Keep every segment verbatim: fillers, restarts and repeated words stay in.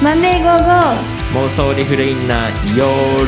マンデーゴーゴー妄想リフレインな夜。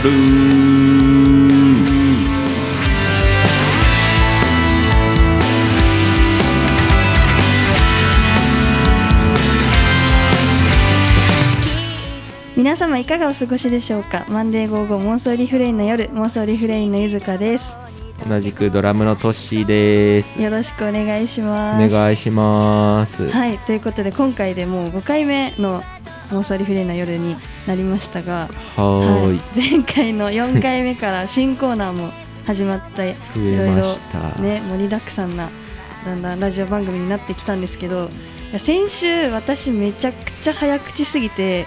皆様いかがお過ごしでしょうか。マンデーゴーゴー妄想リフレインの夜、妄想リフレインのゆずかです。 同じくドラムのトッシーです。 よろしくお願いします。 お願いします。 はい、ということで今回でもうごかいめの妄想リフレインの夜になりましたが、 はい、 はい、前回のよんかいめから新コーナーも始まったいろいろね盛りだくさんなだんだんラジオ番組になってきたんですけど、いや先週私めちゃくちゃ早口すぎて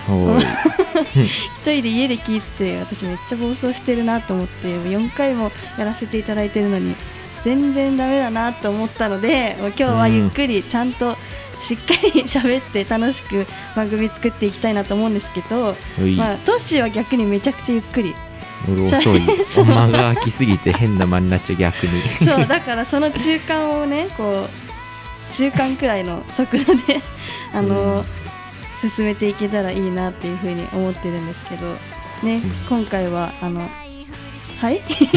一人で家で聞いてて、私めっちゃ暴走してるなと思って、よんかいもやらせていただいてるのに全然ダメだなと思ったので、もう今日はゆっくりちゃんとしっかり喋って楽しく番組作っていきたいなと思うんですけど、まあ、トッシーは逆にめちゃくちゃゆっくり遅い間が空きすぎて変な間になっちゃう。逆にそうだからその中間をねこう中間くらいの速度であの、うん進めていけたらいいなっていうふうに思ってるんですけどね、うん、今回はあのはい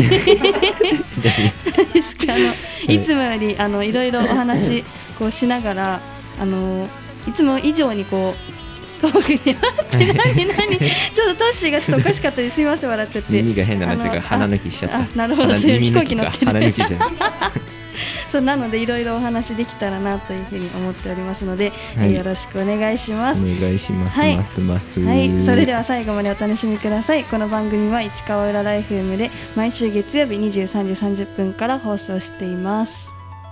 ですか、あのいつもよりあのいろいろお話こうしながらあのいつも以上にこうトークになって何何ちょっとトッシーがちょっとおかしかったです。すみません笑っちゃって。 耳が変な話が鼻抜きしちゃった。 あなるほど、飛行機乗ってる鼻抜きじゃんそうなのでいろいろお話できたらなというふうに思っておりますので、はい、えー、よろしくお願いします。 お願いします、 はい、 ますます、 はい、それでは最後までお楽しみください。この番組は市川浦ライフ エム で毎週月曜日にじゅうさんじさんじゅっぷんから放送しています。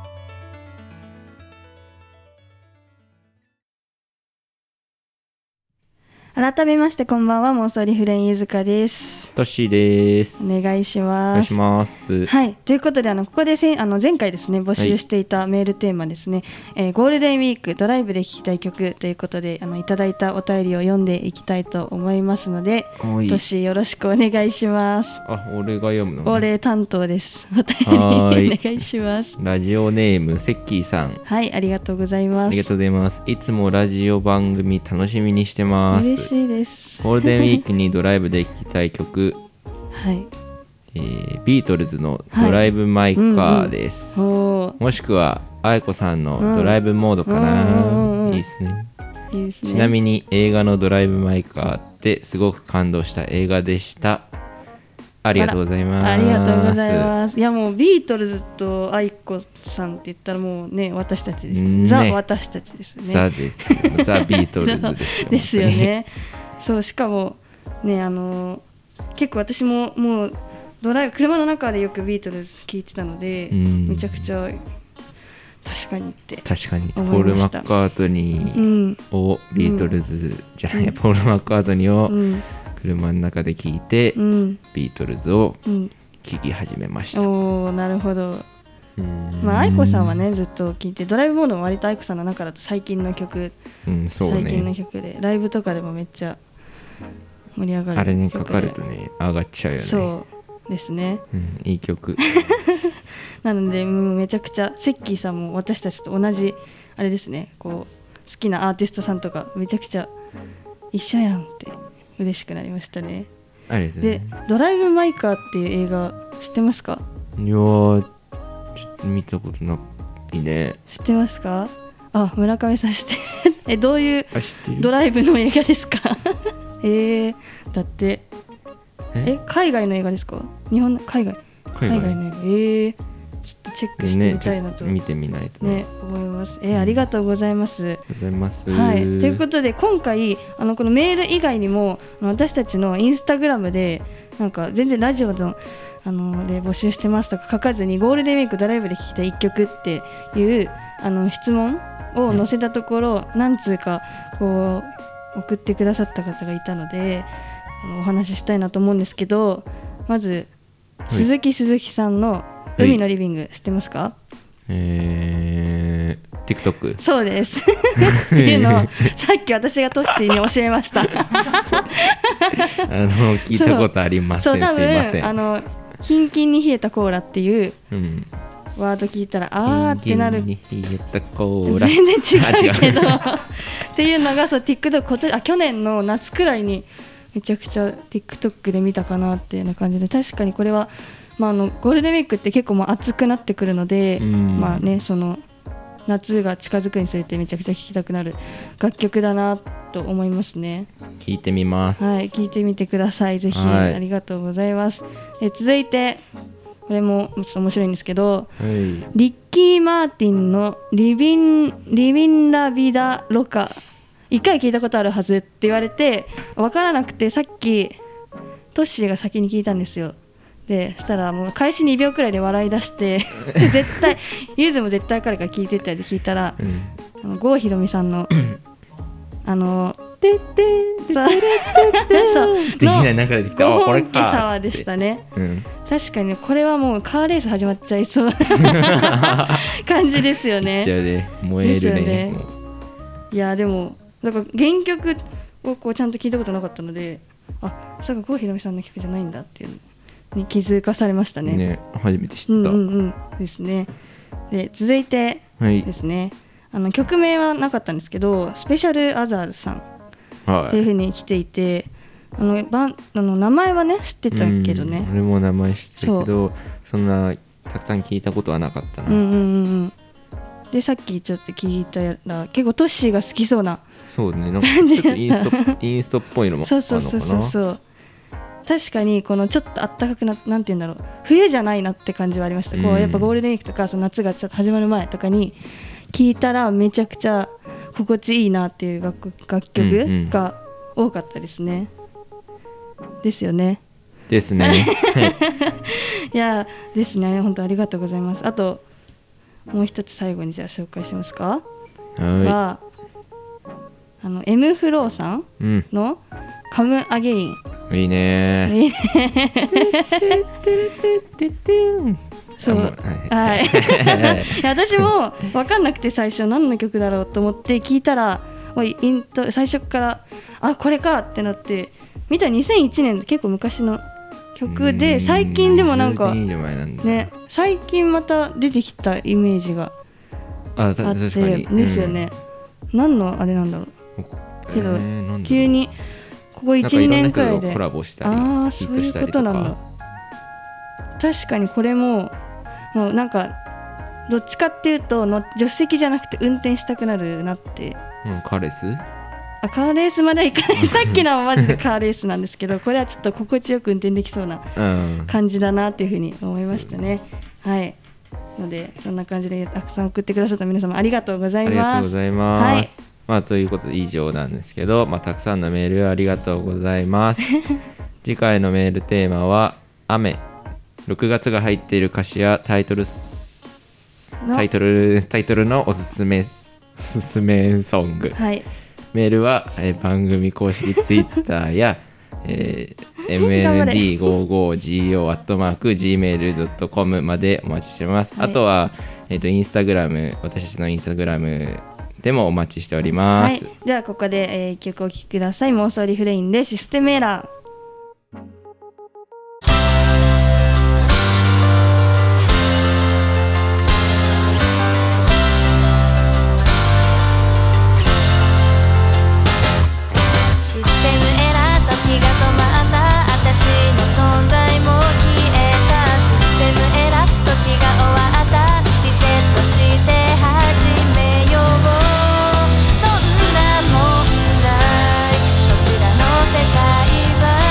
改めましてこんばんは、妄想リフレインゆずかです。 トッシーです。 お願いします。 お願いします。 はい、ということであのここでせあの前回ですね募集していたメールテーマですね、はい、えー、ゴールデンウィークドライブで聴きたい曲ということであのいただいたお便りを読んでいきたいと思いますので、トッシーよろしくお願いします。 あ、俺が読むの、ね、 俺担当です。お便りお願いします。 ラジオネームセッキーさん。 はい、ありがとうございます。 ありがとうございます。いつもラジオ番組楽しみにしてます。 嬉しいです。 ゴールデンウィークにドライブで聴きたい曲はい、 えー、ビートルズのドライブマイカーです、はい、うんうん、もしくは愛子さんのドライブモードかな、うん、いいですね。 いいですね。 ちなみに映画のドライブマイカーってすごく感動した映画でした。ありがとうございます。 あ, ありがとうございます。いやもうビートルズと愛子さんって言ったらもうね私たちです、ね、ザ私たちですね。 ザですザビートルズですよですよね。そうしかもねあの結構私ももうドライブ車の中でよくビートルズ聴いてたので、めちゃくちゃ確かにって確かにポール・マッカートニーをビートルズ、うん、じゃない、うん、ポール・マッカートニーを車の中で聴いて、うん、ビートルズを聴き始めました、うん、 おーなるほど。まあ、愛子さんはねずっと聴いて、ドライブモードも割と愛子さんの中だと最近の曲、 うんそうね、 最近の曲でライブとかでもめっちゃ盛り上がる曲で、 あれにかかるとね上がっちゃうよね。 そうですね、 うん、いい曲なのでもうめちゃくちゃセッキーさんも私たちと同じあれですね、こう好きなアーティストさんとかめちゃくちゃ一緒やんって嬉しくなりましたね。 あれですね。 でドライブマイカーっていう映画知ってますか？ いやーちょっと見たことないね。 知ってますか？あ、村上さん知ってえどういうドライブの映画ですか？えー、だってえ海外の映画ですか？日本海外海外, 海外の映画、えー、ちょっとチェックしてみたいなと、 ね、見てみないと ね, ね思います。えー、ありがとうございます。ありがとうございます。 はい、ということで今回あのこのメール以外にも私たちのインスタグラムでなんか全然ラジオのあので募集してますとか書かずにゴールデンウィークドライブで聴きたいいっきょくっていうあの質問を載せたところ、うん、何通かこう送ってくださった方がいたのであのお話ししたいなと思うんですけど、まず、はい、鈴木鈴木さんの海のリビング、はい、知ってますか？ えー、TikTok そうですっていうのをさっき私がトッシーに教えましたあの聞いたことありません。 そう多分すいません。 あのキンキンに冷えたコーラっていう、 うん、 ワード聞いたらあーってなる。 人間に冷えたコーラ全然違うけどっていうのがそう TikTok 今年あ去年の夏くらいにめちゃくちゃ TikTok で見たかなっていうような感じで、確かにこれは、まあ、あのゴールデンウィークって結構もう暑くなってくるので、まあね、その夏が近づくにつれてめちゃくちゃ聴きたくなる楽曲だなと思いますね。 聞いてみます。 はい、聞いてみてくださいぜひ、はい、ありがとうございます。え続いてこれもちょっと面白いんですけど、はい、リッキー・マーティンのリビン、リビンラビダ・ロカ一回聞いたことあるはずって言われて分からなくて、さっきトッシーが先に聞いたんですよ。でそしたらもう開始にびょうくらいで笑い出して絶対ユーズも絶対彼から聞いてって聞いたら、うん、あの郷ひろみさんのあのてってそうできない中で来たご本家沢でしたね、うん、確かにこれはもうカーレース始まっちゃいそうな感じですよね。 ね燃える ね, ねいやでもなんか原曲をこうちゃんと聞いたことなかったので、あそうか郷ひろみさんの曲じゃないんだっていうに気づかされました ね, ね初めて知った、 うんうんうん、ですね。で続いてですね、はい、あの曲名はなかったんですけどスペシャルアザーズさんっていう風に来ていて、はい、あのバンあの名前はね知ってたけどね、 俺も名前知ってたけど そ, そんなたくさん聞いたことはなかったな、 うんうんうん、でさっきちょっと聞いたら結構トッシーが好きそうなそうね、なんかちょっとインストインストっぽいのもあるのかな。そうそうそうそう確かにこのちょっとあったかくななんて言うんだろう冬じゃないなって感じはありました、うん、こうやっぱゴールデンウィークとかその夏がちょっと始まる前とかに聞いたらめちゃくちゃ心地いいなっていう 楽, 楽曲が多かったですね、うんうん、ですよねですねいやですね本当ありがとうございます。あともう一つ最後にじゃあ紹介しますか。 はいはあの M フローさんのカムアゲイン、 うん、いいねいいねそうはい、私も分かんなくて最初何の曲だろうと思って聞いたらおいイント最初からあこれかってなって見たらにせんいちねん結構昔の曲で最近でもなんかね最近また出てきたイメージがあってですよね、うん、何のあれなんだろうけど、えー、急にここ いち,に 年くらいでコラボしたりああそういうことなんだ。確かにこれももうなんかどっちかっていうとの助手席じゃなくて運転したくなるなって、 うん、カーレースあカーレースまではいかないさっきのはマジでカーレースなんですけどこれはちょっと心地よく運転できそうな感じだなっていうふうに思いましたね、うん、はいのでそんな感じでたくさん送ってくださった皆様ありがとうございます。ありがとうございます、はいまあ、ということで以上なんですけど、まあ、たくさんのメールありがとうございます次回のメールテーマは雨。ろくがつが入っている歌詞やタイトルタイトルタイトルのおすすめおすすめソング、 はい、 メールは、えー、番組公式ツイッターや、えー、エムエヌディーごじゅうごジーオー アットマーク ジーメールドットコム までお待ちしてます、はい、あとは、えーと、インスタグラム私たちのインスタグラムでもお待ちしております、はい、 ではここで、えー、曲をお聴きください。妄想リフレインでシステムエラー。世界は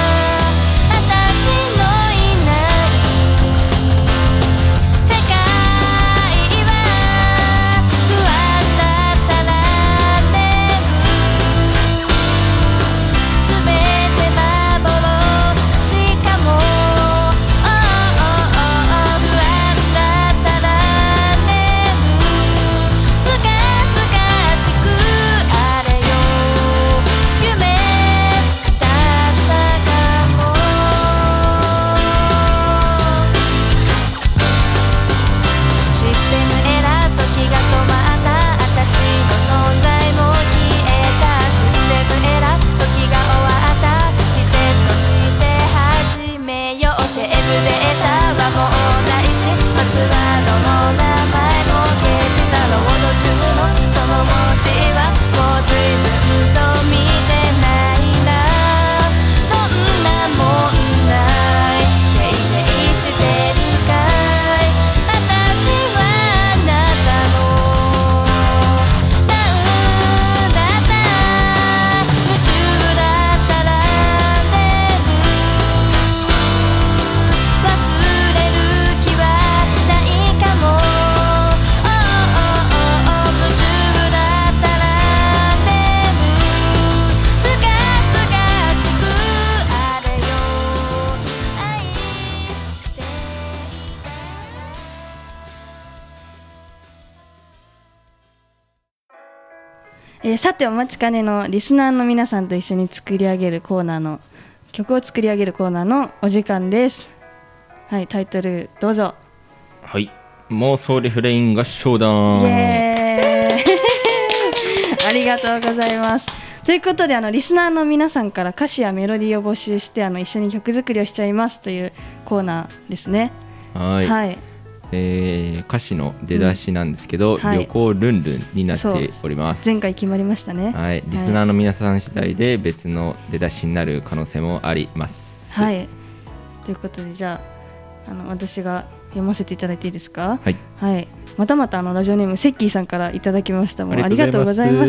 えー、さてお待ちかねのリスナーの皆さんと一緒に作り上げるコーナーの曲を作り上げるコーナーのお時間です。はい、タイトルどうぞ。 はい、妄想リフレイン合唱団。 イエーイありがとうございます。ということで、あのリスナーの皆さんから歌詞やメロディーを募集して、あの一緒に曲作りをしちゃいますというコーナーですね。 はい、はい、えー、歌詞の出だしなんですけど、うん、はい、旅行ルンルンになっております。 前回決まりましたね。 はい、リスナーの皆さん次第で別の出だしになる可能性もあります。 はい、ということで、じゃあ、あの私が読ませていただいていいですか。 はい、 はい、またまたあのラジオネームセッキーさんからいただきました。もうありがとうございます。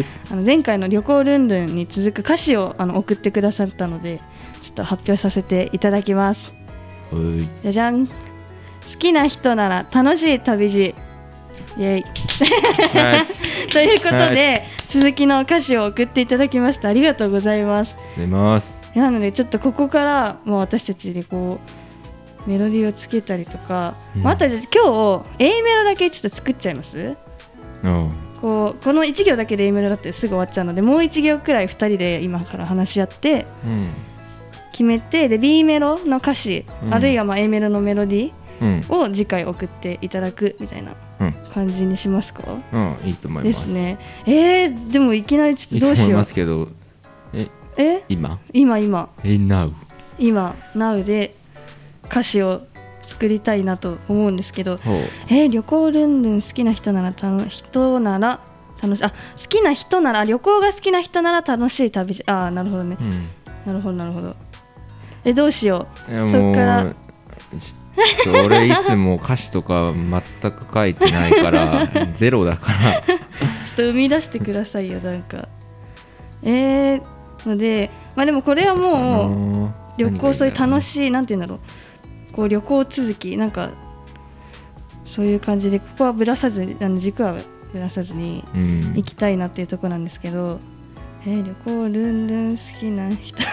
あの前回の旅行ルンルンに続く歌詞をあの送ってくださったので、ちょっと発表させていただきます。 はい、 じゃじゃん。好きな人なら楽しい旅路、イエイ、はい、ということで、はい、続きの歌詞を送っていただきました。ありがとうございます。 ありがとうございます。 なのでちょっとここからもう私たちでこうメロディーをつけたりとか、うん、また今日 A メロだけちょっと作っちゃいます。 うん、 こうこのいち行だけで A メロだってすぐ終わっちゃうので、もういち行くらいふたりで今から話し合って決めて、で B メロの歌詞、うん、あるいはまあ A メロのメロディーを次回送っていただくみたいな感じにしますか。 うん、いいと思います。 ですね。えー、でもいきなりちょっとどうしよう。いいと思いますけど、ええ今今今え Now 今 Now で歌詞を作りたいなと思うんですけど、えー、旅行ルンルン好きな人ならたの人なら楽しい、あ、好きな人なら旅行が好きな人なら楽しい旅路、あー、なるほどね、うん、なるほどなるほど。え、どうしよう。そっから俺いつも歌詞とか全く書いてないからゼロだからちょっと生み出してくださいよ。なんかえー、ので、まあでもこれはもう旅行、そういう楽しい、なんていうんだろう、こう旅行続き、なんかそういう感じで、ここはぶらさずに、あの軸はぶらさずに行きたいなっていうところなんですけど、うん、えー、旅行ルンルン好きな人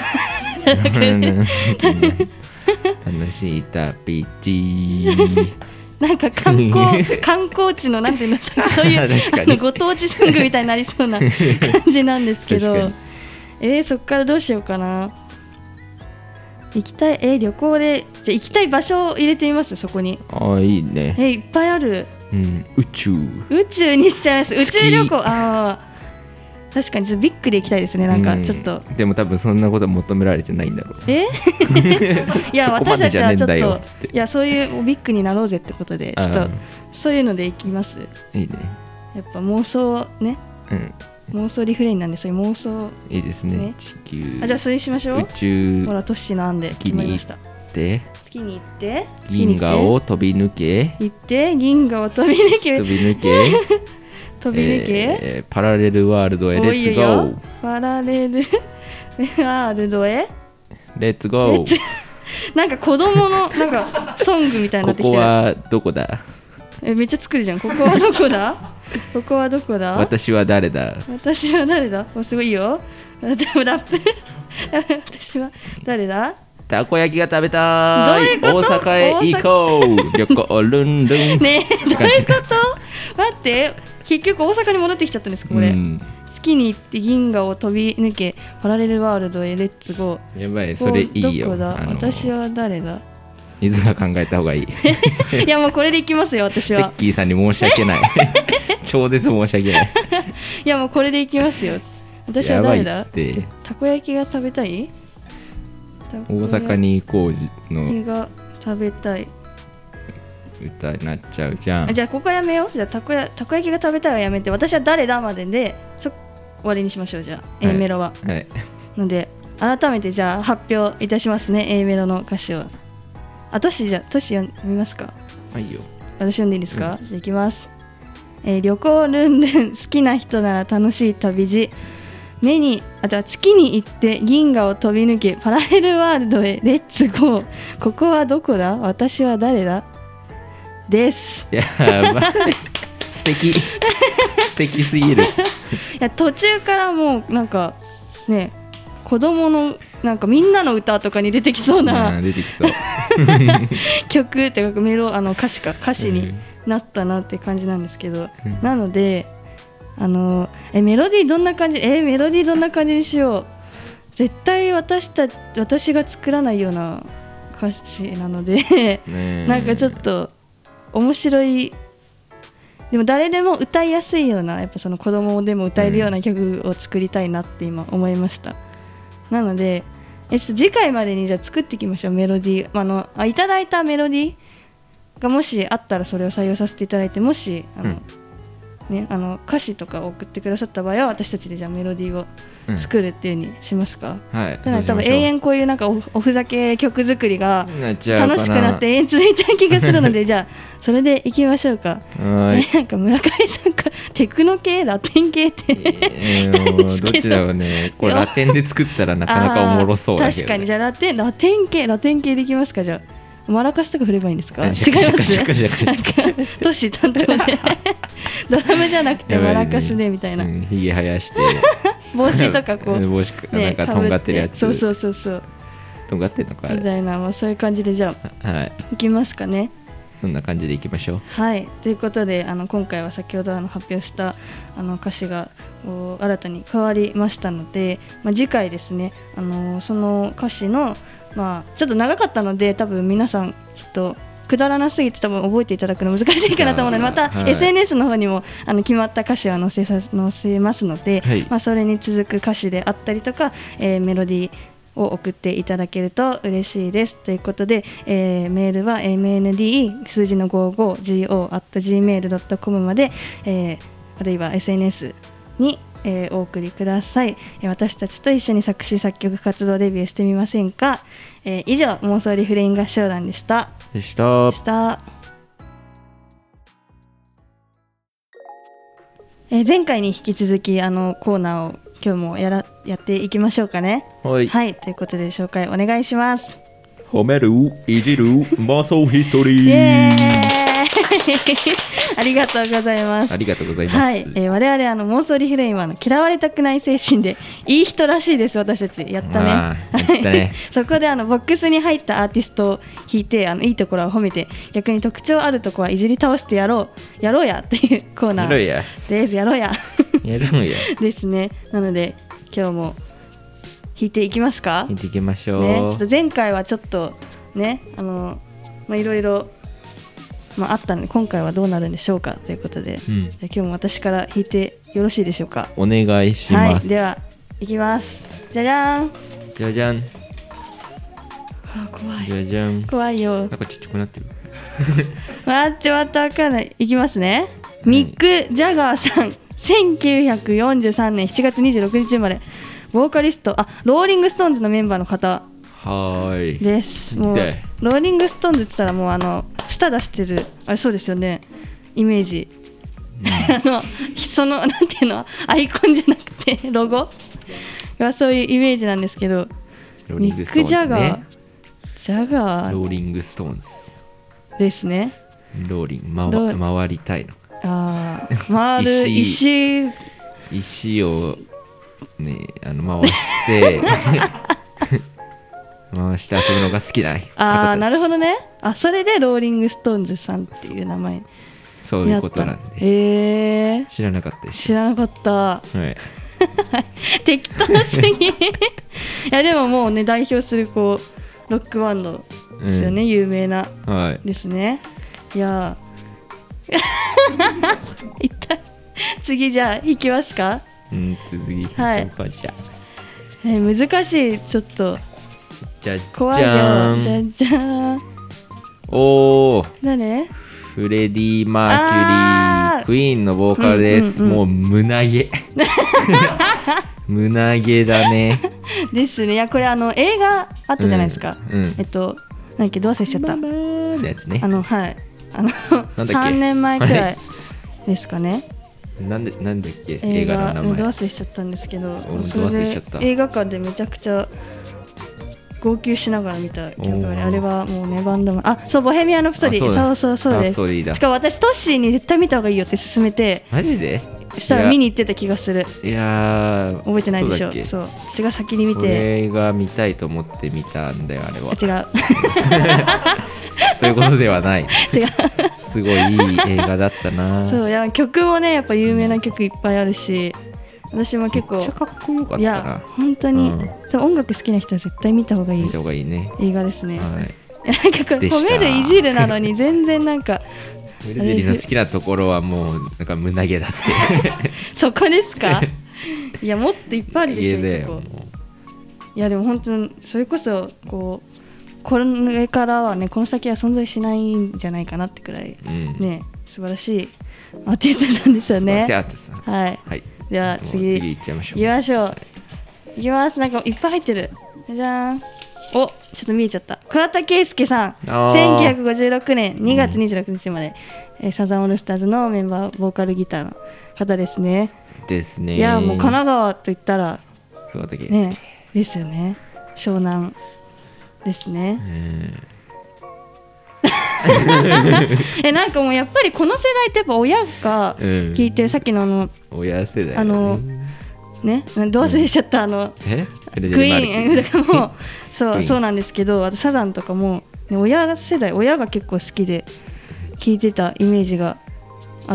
楽しい旅路なんか観光観光地のなんていうの、そういうあのご当地ソングみたいになりそうな感じなんですけどえー、そっからどうしようかな。行きたい、えー、旅行でじゃあ行きたい場所を入れてみます。そこに。 ああ、いいね。 えー、いっぱいある、 うん、宇宙宇宙にしちゃいます。宇宙旅行、ああ確かにちょっとビッグで行きたいですね。なんかちょっと、 うん、でも多分そんなこと求められてないんだろう。 えいや私たちはちょっといやそういうビッグになろうぜってことで、ちょっとそういうので行きます。 いいね。 やっぱ妄想ね、うん、妄想リフレインなんで、そういう妄想いいですね。ね、地球、 あ、じゃあそれにしましょう。 宇宙、 ほらトッシーの案で決まりました。 で月に行って銀河を飛び抜け行って銀河を飛び抜け飛び抜け飛び抜け、 えー、パラレルワールドへレッツゴー。 パラレルワールドへレッツゴー。 なんか子供のなんかソングみたいになってきてる。 ここはどこだ。 え、めっちゃ作るじゃん。ここはどこだここはどこだ。 私は誰だ。 私は誰だ。お、すごいよ。でもラップ私は誰だ。 たこ焼きが食べたい。 どういうこと。 大阪へ行こう。旅行ルンルン。 ねえ、どういうこと。待って、結局大阪に戻ってきちゃったんですかこれ、うん、好きに行って銀河を飛び抜けパラレルワールドへレッツゴー。 やばい、それいいよ。 どこだ、あのー、私は誰だ。 水が考えた方がいいいやもうこれでいきますよ私は。 セッキーさんに申し訳ない超絶申し訳ない。 いやもうこれでいきますよ。私は誰だ。たこ焼きが食べたい。 大阪に行こうのが食べたい歌になっちゃうじゃん。 じゃあここやめよう。じゃあたこやたこ焼きが食べたいはやめて、私は誰だまででそ終わりにしましょう。じゃあ A メロは、 はい、 ので改めてじゃあ発表いたしますね。 A メロの歌詞を。あ、トシ、じゃあトシ読みますか。 はいよ。 私読んでいいですか、うん、じゃあいきます、えー、旅行ルンルン好きな人なら楽しい旅路、目にあじゃあ月に行って銀河を飛び抜けパラレルワールドへレッツゴー。ここはどこだ。私は誰だです。 やばい素敵素敵すぎる。いや途中からもうなんかね、子供のなんかみんなの歌とかに出てきそうな出てきそう曲っていうかメロあの歌詞か歌詞になったなって感じなんですけど、うん、なのであのえメロディーどんな感じえメロディーどんな感じにしよう。絶対私た私が作らないような歌詞なのでなんかちょっと面白い、でも誰でも歌いやすいような、やっぱその子供でも歌えるような曲を作りたいなって今思いました。なのでえ次回までにじゃあ作っていきましょう。メロディーあのあいただいたメロディーがもしあったらそれを採用させていただいて、もしあの、うんね、あの歌詞とかを送ってくださった場合は私たちでじゃあメロディーを作るっていう風にしますか。 うん、はい。 だから多分永遠こういうなんか お, おふざけ曲作りが楽しくなって永遠続いちゃう気がするのでじゃあそれでいきましょうか。 はい。 なんか村上さんかテクノ系ラテン系って、 えー、どっちだろうね。これラテンで作ったらなかなかおもろそうだけど、ね、 確かに。じゃあラテンラテン系ラテン系でいきますか。じゃあマラカスとか振ればいいんですか。違います。トシ担当でドラムじゃなくてマラカスでみたいな、 ね、うん、ひげ生やして帽子とかこう帽子なんかとんがってるやつ、 そうそうそうそうとんがってるのかみたいな、もうそういう感じでじゃあ、はい、いきますかね。 そんな感じでいきましょう。 はい、ということであの今回は先ほどあの発表したあの歌詞が新たに変わりましたので、まあ、次回ですね、あのその歌詞の、まあ、ちょっと長かったので多分皆さんきっとくだらなすぎて多分覚えていただくの難しいかなと思うので、また エスエヌエス の方にもあの決まった歌詞は載せさ載せますので、はい、まあ、それに続く歌詞であったりとか、えー、メロディーを送っていただけると嬉しいですということで、えー、メールは エムエヌディー 数字の ごじゅうご ジーオー アット ジーメール ドット コム まで、えー、あるいは エスエヌエス に、えー、お送りください。えー、私たちと一緒に作詞作曲活動デビューしてみませんか。えー、以上妄想リフレイン合唱団でしたでしたでした。えー、前回に引き続きあのコーナーを今日もやらやっていきましょうかね。 はい、 はい、ということで紹介お願いします。 褒めるいじる妄想ヒストリーイエーイありがとうございます。 ありがとうございます。 はい、えー、我々あの妄想リフレインはの嫌われたくない精神でいい人らしいです。私たちやったね。 やったねそこであのボックスに入ったアーティストを弾いて、あのいいところは褒めて、逆に特徴あるところはいじり倒してやろうやろうやっていうコーナーです。やろうややろうやですね。なので今日も弾いていきますか。 弾いていきましょう、 ね、ちょっと前回はちょっとね、あのまあいろいろまあ、あったので今回はどうなるんでしょうかということで、うん、今日も私から弾いてよろしいでしょうか。 お願いします。 はい、ではいきます。じゃじゃーんじゃじゃん。 あ、怖い。 じゃじゃん。 怖いよ。 なんかちっちゃくなってる待って待って、わかんない。いきますね、うん、ミック・ジャガーさんせんきゅうひゃくよんじゅうさんねんしちがつにじゅうろくにち生まれ、ボーカリスト、あ、ローリング・ストーンズのメンバーの方はいです。もうローリングストーンズって言ったらもうあの舌出してるあれそうですよね、イメージ、うん、あのそのなんていうのアイコンじゃなくてロゴがそういうイメージなんですけど、ミック・ジャガー、ジャガーローリングストーンズですね。 ローリン、ま、回りたいの。 ああ、回る石石をね、あの回して回して遊ぶのが好きな。 ああ、なるほどね。あ、それでローリングストーンズさんっていう名前。 そういうことなんで。 へえ。 知らなかったでしょ。 知らなかった。 はい。 適当すぎ。いやでももうね、代表するこうロックバンドですよね、うん、有名な、 はい、 ですね。いや一体次じゃあ弾きますか。 うん、次、 はい、 じゃえー、難しい、ちょっとじゃじゃ怖いよ。じゃじゃーん。 おー、 誰？ フレディ・マーキュリー、クイーンのボーカルです、うんうんうん、もう胸毛胸毛だねですね。いやこれあの映画あったじゃないですか、 うんうん、 えっと何だっけ、どう忘れしちゃった、 ママやつね、 あのはいあのさんねんまえくらいですかね。 なんでなんだっけ映画の名前、 ど忘れしちゃったんですけど、 それで映画館でめちゃくちゃ号泣しながら見た記憶があり、あれはもうねバンドも、あ、そう、ボヘミアン・ラプソディ、そうそうそうです。しかも私トッシーに絶対見た方がいいよって勧めて、 マジでしたら見に行ってた気がする。 いや覚えてないでしょ。そう、私が先に見て、 俺が見たいと思って見たんだよ、あれは。 違うそういうことではない。 違うすごいいい映画だったな。 そういや曲もねやっぱ有名な曲いっぱいあるし、私も結構めっちゃかっこよかったな。 いや本当に、うん、多分音楽好きな人は絶対見た方がいい見た方がいいね映画ですね。 はい、 なんかこれ褒めるいじるなのに全然なんかウェルベリーの好きなところはもうなんか胸毛だってそこですか？いやもっといっぱいあるでしょ。いいとこいやでも本当にそれこそこうこれからはねこの先は存在しないんじゃないかなってくらい、うん、ね素晴らしいアーティストさんですよね。 素晴らしいアーティストさん。 はい、はい、では次次行っちゃいましょう。 行きましょう、はい、行きます。なんかいっぱい入ってる。じゃーん。おちょっと見えちゃった。桑田佳祐さんせんきゅうひゃくごじゅうろくねんにがつにじゅうろくにちまで、うん、サザンオールスターズのメンバーボーカルギターの方ですね。 ですね。 いやもう神奈川といったら桑田佳祐、 ね、ですよね。湘南ですね。えなんかもうやっぱりこの世代ってやっぱ親が聞いてる、うん、さっきのあの親世代、ね、 あのねどう忘れしちゃった、うん、あのえクイーンだからもうそうそうなんですけど、あとサザンとかも、ね、親世代親が結構好きで聞いてたイメージがあって、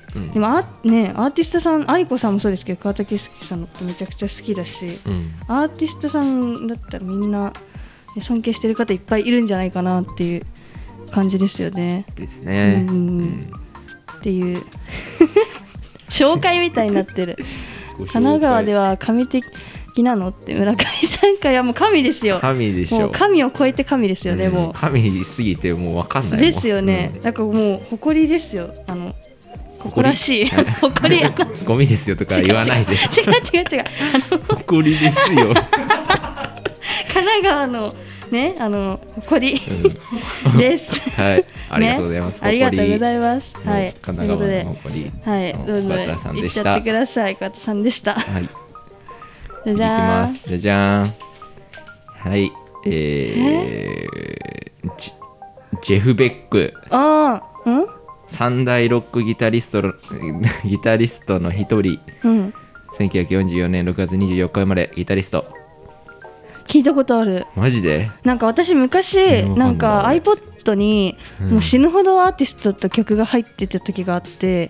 うん、でもあ、ね、アーティストさん愛子さんもそうですけど桑田佳祐さんのことめちゃくちゃ好きだし、うん、アーティストさんだったらみんな尊敬してる方いっぱいいるんじゃないかなっていう感じですよね。 ですね、うんうん、っていう紹介みたいになってる神奈川では神的なのって村上さんか。いやもう神ですよ。 神でしょ。 もう神を超えて神ですよね、うん、もう神すぎてもう分かんないもんですよね、うん、なんかもう誇りですよ。あの誇らしい誇りゴミですよとか言わないで。違う違う違う誇りですよ神奈川のねあの誇り、うん、ですはいありがとうございます、ね、 ありがとうございます。はい、 神奈川の誇り、 はいどうぞ行っちゃってください。桑田さんでした。 はいじゃじゃーん。じゃじゃーん。はいえー、ジ, ジェフ・ベック。 ああうん三大ロックギタリストのギタリストの一人、うん、せんきゅうひゃくよんじゅうよねんろくがつにじゅうよっか生まれギタリスト。 聞いたことある。 マジで？ なんか私昔なんか iPod にもう死ぬほどアーティストと曲が入ってた時があって、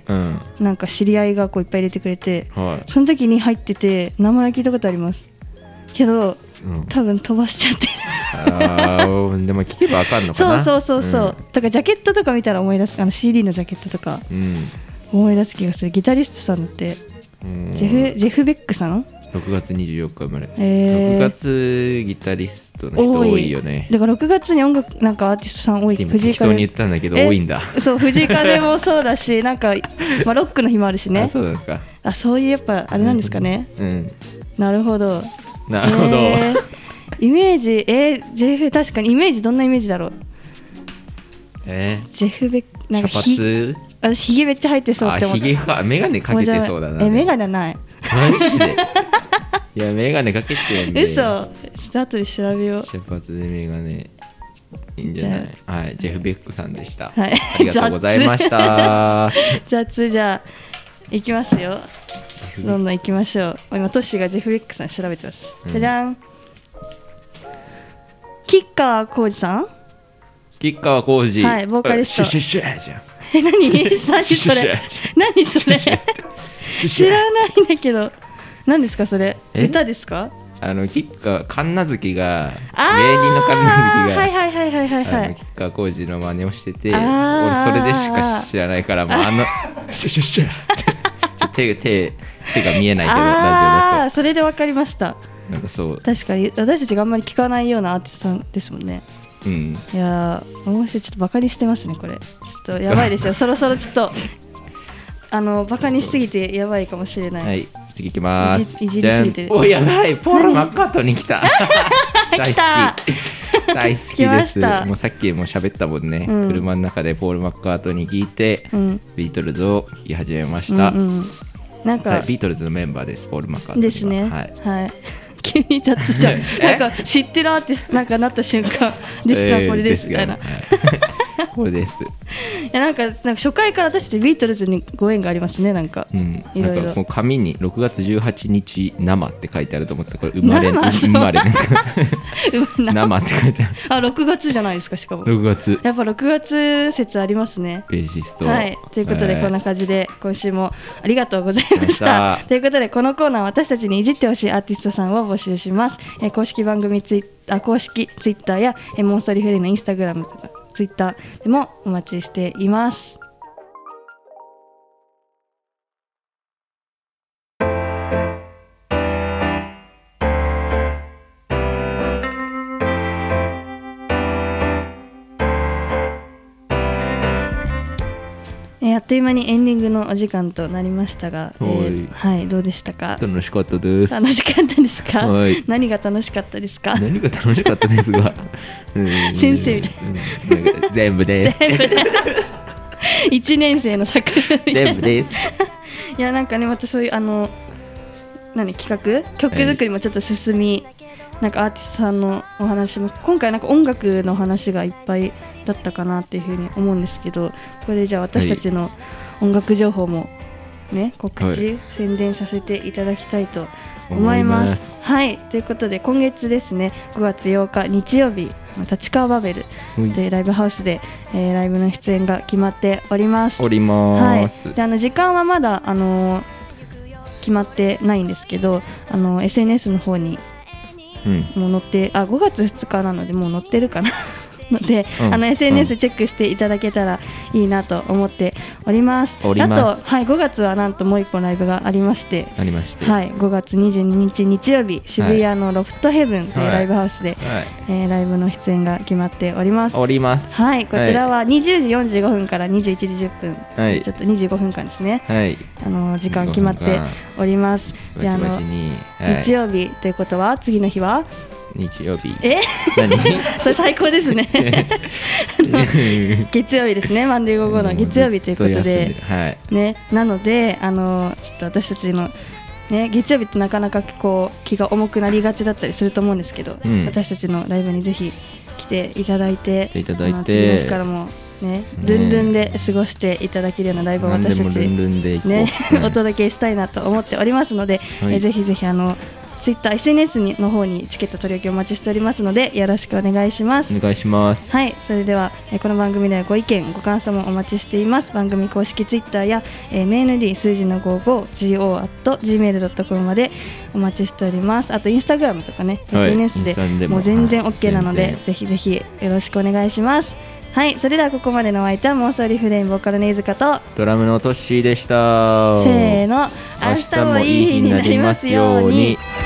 うん、なんか知り合いがこういっぱい入れてくれて、はい、その時に入ってて名前聞いたことありますけど、うん、多分飛ばしちゃってあーでも聞けば分かんのかな。 そうそうそうそう、うん、だからジャケットとか見たら思い出す。あの シーディー のジャケットとか、うん、思い出す気がする。ギタリストさんって、うん、ジェフ、ジェフベックさんろくがつにじゅうよっか生まれ、えー、ろくがつギタリストの人多いよね。 だからろくがつに音楽なんかアーティストさん多い。 藤井風に言ったんだけど多いんだ。 そう藤井風もそうだしなんか、まあ、ロックの日もあるしね。 あそうですか。 あそういうやっぱあれなんですかね、うんうん、なるほどなるほど、 えー、イメージえー、ジェフ確かにイメージどんなイメージだろう。 えー、 ジェフベックなんか茶髪。 私ヒゲめっちゃ入ってそうって思った。 あヒゲかメガネかけてそうだな。 えメガネないマジでいやメガネかけてんね。 嘘。ちょっと後で調べよう。 茶髪でメガネいいんじゃない。はいジェフ・ベックさんでした、 はい、 ありがとうございました雑。じゃあいきますよ。どんどんいきましょう。今トッシーがジェフ・ベックさん調べてます、うん、じゃじゃん。吉川晃司さん。 吉川晃司はいボーカリスト。 シュシュシュじゃん。 え何何それ何それ知らないんだけど何ですかそれ。歌ですか。 あの吉川神奈月が芸人の神奈月がはいはいはいはいはいはい吉川晃司の真似をしてて、俺それでしか知らないからもうあのシュシュシュって手手手が見えないけどラジオだと。 それで分かりました。 なんかそう確かに私たちがあんまり聞かないようなアーティストさんですもんね。 うん、 いや面白い。ちょっとバカにしてますねこれ。ちょっとやばいですよそろそろちょっとあのバカにしすぎてやばいかもしれない。 はい次いきます。 いじりすぎておやばいポール・マッカートニー来た大好き大好きです。もうさっきも喋ったもんね、うん、車の中でポール・マッカートニー聞いて、うん、ビートルズを聴き始めました、うんうん、 なんか、 はい、ビートルズのメンバーですポール・マッカートニーはですね。 はい、 はい急に雑じゃんなんか知ってるアーティストなんかなった瞬間でした、えー、これですみたいな、 はいそうです。 いやなんかなんか初回から私たちビートルズにご縁がありますね。なんか、 うん、 いろいろなんかこう紙にろくがつじゅうはちにち生って書いてあると思ったらこれ生まれ生まれですか生って書いてある。 あ、ろくがつじゃないですか。しかもろくがつ、 やっぱろくがつ説ありますね。 ベーシスト。 はい、ということで、 はい、 こんな感じで今週もありがとうございました。ということでこのコーナーは私たちにいじってほしいアーティストさんを募集します。えー、公式番組ツイあ公式ツイッターや、えー、モンストリフレイのインスタグラムとかツイッターでもお待ちしています。あっという間にエンディングのお時間となりましたが、えー、はいどうでしたか。 楽しかったです。 楽しかったですか。 はい、 何が楽しかったですか。 何が楽しかったですが先生みたいな全部です。 全部いちねん生の作品全部です。 いやなんかねまたそういうあの何企画曲作りもちょっと進み、はい、なんかアーティストさんのお話も今回なんか音楽の話がいっぱいだったかなっていうふうに思うんですけど、これでじゃあ私たちの音楽情報もね告知、はい、宣伝させていただきたいと思います。はい、ということで今月ですねごがつようか日曜日立川バベルというライブハウスで、えー、ライブの出演が決まっております。 おります。 はい、であの時間はまだあのー、決まってないんですけど、あの エスエヌエス の方にもう載って、うん、あごがつふつかなのでもう載ってるかなので、うん、あの エスエヌエス チェックしていただけたらいいなと思っております。 おります。 あと、はい、ごがつはなんともういっぽんライブがありましてありまして、 はい、ごがつにじゅうににち日曜日渋谷のロフトヘブンというライブハウスで、はいはい、えー、ライブの出演が決まっております。 おります。 はい、こちらはにじゅうじよんじゅうごふんからにじゅういちじじゅっぷん、はい、ちょっとにじゅうごふんかんですね、はい、あの時間決まっております。であのバチバチに、はい、 日曜日ということは次の日は日曜日。 え何それ最高ですね月曜日ですね。マンデーゴーゴーの月曜日ということで、はい、ね、なのであのちょっと私たちの、ね、月曜日ってなかなかこう気が重くなりがちだったりすると思うんですけど、うん、私たちのライブにぜひ来ていただいて、 来ていただいて次の日からもね、ルンルンで過ごしていただけるようなライブを私たち、ね、お届けしたいなと思っておりますので、はい、えぜひぜひあのツイッター、エスエヌエス の方にチケット取り置きお待ちしておりますのでよろしくお願いします。 お願いします。 はい、それではえこの番組ではご意見ご感想もお待ちしています。番組公式ツイッターやえ エムエヌディー 数字のごじゅうご ジーオー アット ジーメール ドットコム までお待ちしております。あとインスタグラムとかね、はい、エスエヌエス でもう全然 OK なのでぜひぜひよろしくお願いします。はい、それではここまでのお相手は妄想リフレインボーカルの飯塚とドラムのトッシーでした。 せーの、明日もいい日になりますように。